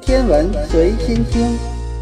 天文随心听，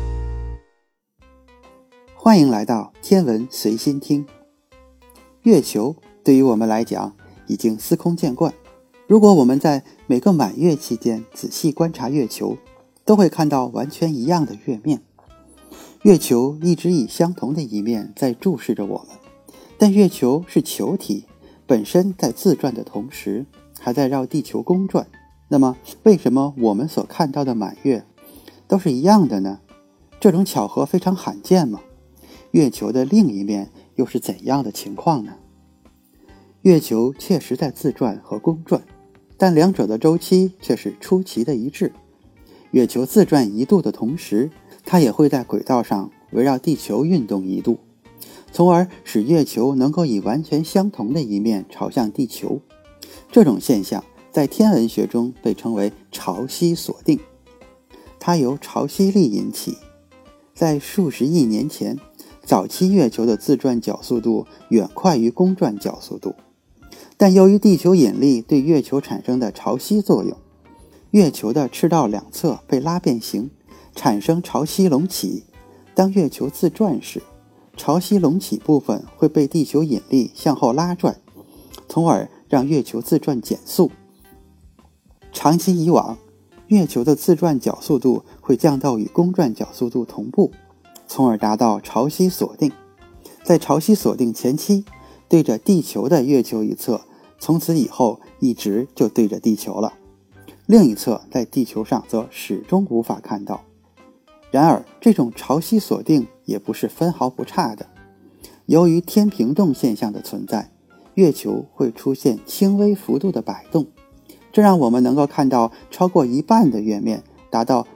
欢迎来到天文随心听。月球对于我们来讲已经司空见惯，如果我们在每个满月期间仔细观察月球，都会看到完全一样的月面。月球一直以相同的一面在注视着我们，但月球是球体，本身在自转的同时还在绕地球公转。那么为什么我们所看到的满月都是一样的呢？这种巧合非常罕见吗？月球的另一面又是怎样的情况呢？月球确实在自转和公转，但两者的周期却是出奇的一致。月球自转1度的同时，它也会在轨道上围绕地球运动1度，从而使月球能够以完全相同的一面朝向地球。这种现象在天文学中被称为潮汐锁定，它由潮汐力引起。在数十亿年前，早期月球的自转角速度远快于公转角速度，但由于地球引力对月球产生的潮汐作用，月球的赤道两侧被拉变形，产生潮汐隆起。当月球自转时，潮汐隆起部分会被地球引力向后拉转，从而让月球自转减速。长期以往，月球的自转角速度会降到与公转角速度同步，从而达到潮汐锁定。在潮汐锁定前期，对着地球的月球一侧，从此以后一直就对着地球了，另一侧在地球上则始终无法看到。然而，这种潮汐锁定也不是分毫不差的。由于天平动现象的存在，月球会出现轻微幅度的摆动，这让我们能够看到超过一半的月面，达到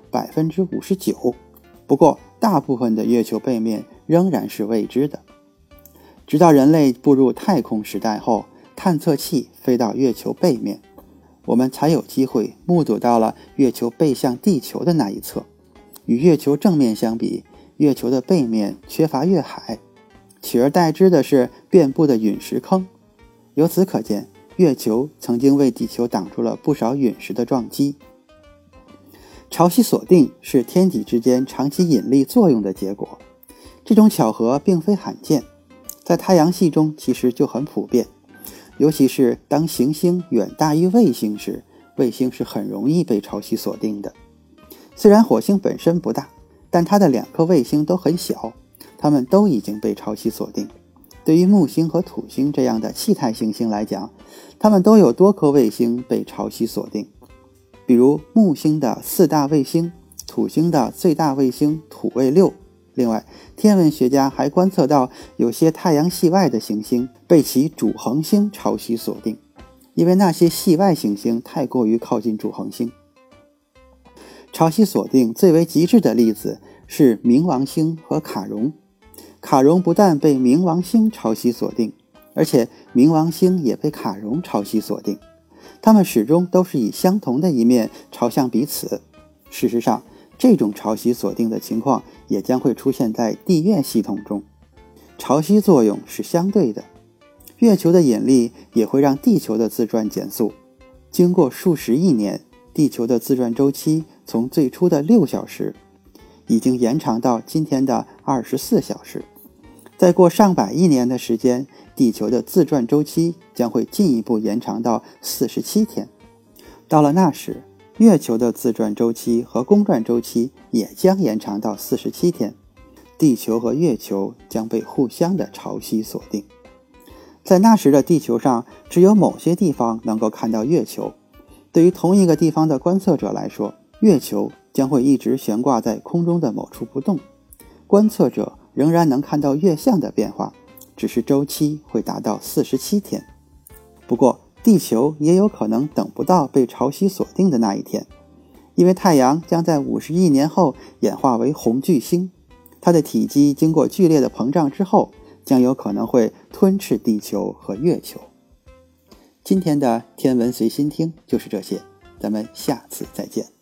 59%。 不过大部分的月球背面仍然是未知的。直到人类步入太空时代后，探测器飞到月球背面，我们才有机会目睹到了月球背向地球的那一侧。与月球正面相比，月球的背面缺乏月海，取而代之的是遍布的陨石坑。由此可见，月球曾经为地球挡住了不少陨石的撞击。潮汐锁定是天体之间长期引力作用的结果，这种巧合并非罕见，在太阳系中其实就很普遍，尤其是当行星远大于卫星时，卫星是很容易被潮汐锁定的。虽然火星本身不大，但它的2颗卫星都很小，它们都已经被潮汐锁定。对于木星和土星这样的气态行星来讲，它们都有多颗卫星被潮汐锁定。比如木星的4大卫星，土星的最大卫星土卫6。另外，天文学家还观测到有些太阳系外的行星被其主恒星潮汐锁定，因为那些系外行星太过于靠近主恒星。潮汐锁定最为极致的例子是冥王星和卡戎。卡戎不但被冥王星潮汐锁定，而且冥王星也被卡戎潮汐锁定，它们始终都是以相同的一面朝向彼此。事实上，这种潮汐锁定的情况也将会出现在地月系统中。潮汐作用是相对的，月球的引力也会让地球的自转减速。经过数十亿年，地球的自转周期从最初的6小时已经延长到今天的24小时。再过上百亿年的时间，地球的自转周期将会进一步延长到47天。到了那时，月球的自转周期和公转周期也将延长到47天，地球和月球将被互相的潮汐锁定。在那时的地球上，只有某些地方能够看到月球。对于同一个地方的观测者来说，月球将会一直悬挂在空中的某处不动，观测者仍然能看到月相的变化，只是周期会达到47天。不过地球也有可能等不到被潮汐锁定的那一天，因为太阳将在50亿年后演化为红巨星，它的体积经过剧烈的膨胀之后，将有可能会吞噬地球和月球。今天的天文随心听就是这些，咱们下次再见。